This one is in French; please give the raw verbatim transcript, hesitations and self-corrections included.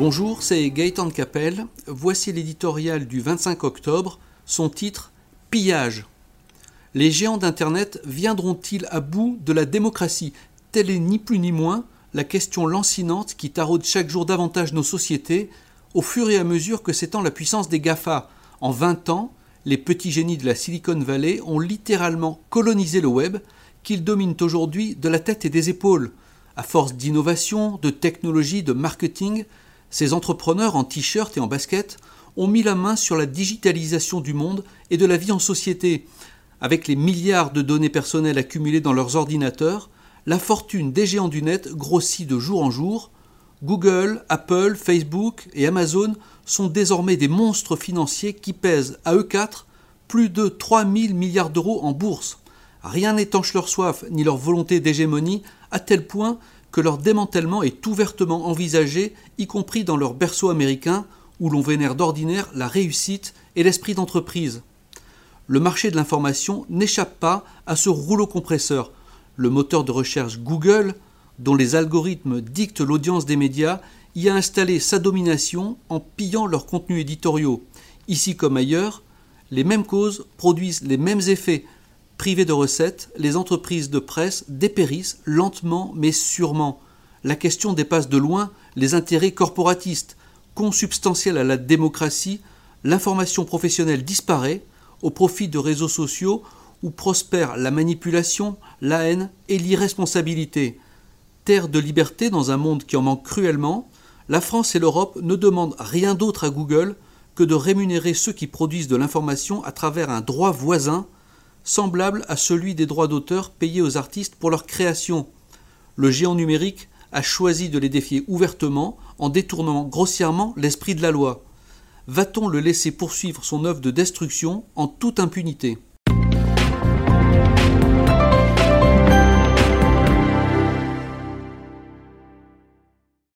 Bonjour, c'est Gaëtan de Capelle. Voici l'éditorial du vingt-cinq octobre, son titre « Pillage ». Les géants d'Internet viendront-ils à bout de la démocratie ? Telle est ni plus ni moins la question lancinante qui taraude chaque jour davantage nos sociétés au fur et à mesure que s'étend la puissance des GAFA. En vingt ans, les petits génies de la Silicon Valley ont littéralement colonisé le web qu'ils dominent aujourd'hui de la tête et des épaules. À force d'innovation, de technologie, de marketing, ces entrepreneurs en t-shirt et en basket ont mis la main sur la digitalisation du monde et de la vie en société. Avec les milliards de données personnelles accumulées dans leurs ordinateurs, la fortune des géants du net grossit de jour en jour. Google, Apple, Facebook et Amazon sont désormais des monstres financiers qui pèsent à eux quatre plus de trois mille milliards d'euros en bourse. Rien n'étanche leur soif ni leur volonté d'hégémonie à tel point que leur démantèlement est ouvertement envisagé, y compris dans leur berceau américain où l'on vénère d'ordinaire la réussite et l'esprit d'entreprise. Le marché de l'information n'échappe pas à ce rouleau compresseur. Le moteur de recherche Google, dont les algorithmes dictent l'audience des médias, y a installé sa domination en pillant leurs contenus éditoriaux. Ici comme ailleurs, les mêmes causes produisent les mêmes effets. Privées de recettes, les entreprises de presse dépérissent lentement mais sûrement. La question dépasse de loin les intérêts corporatistes. Consubstantielle à la démocratie, l'information professionnelle disparaît au profit de réseaux sociaux où prospèrent la manipulation, la haine et l'irresponsabilité. Terre de liberté dans un monde qui en manque cruellement, la France et l'Europe ne demandent rien d'autre à Google que de rémunérer ceux qui produisent de l'information à travers un droit voisin, semblable à celui des droits d'auteur payés aux artistes pour leur création. Le géant numérique a choisi de les défier ouvertement en détournant grossièrement l'esprit de la loi. Va-t-on le laisser poursuivre son œuvre de destruction en toute impunité ?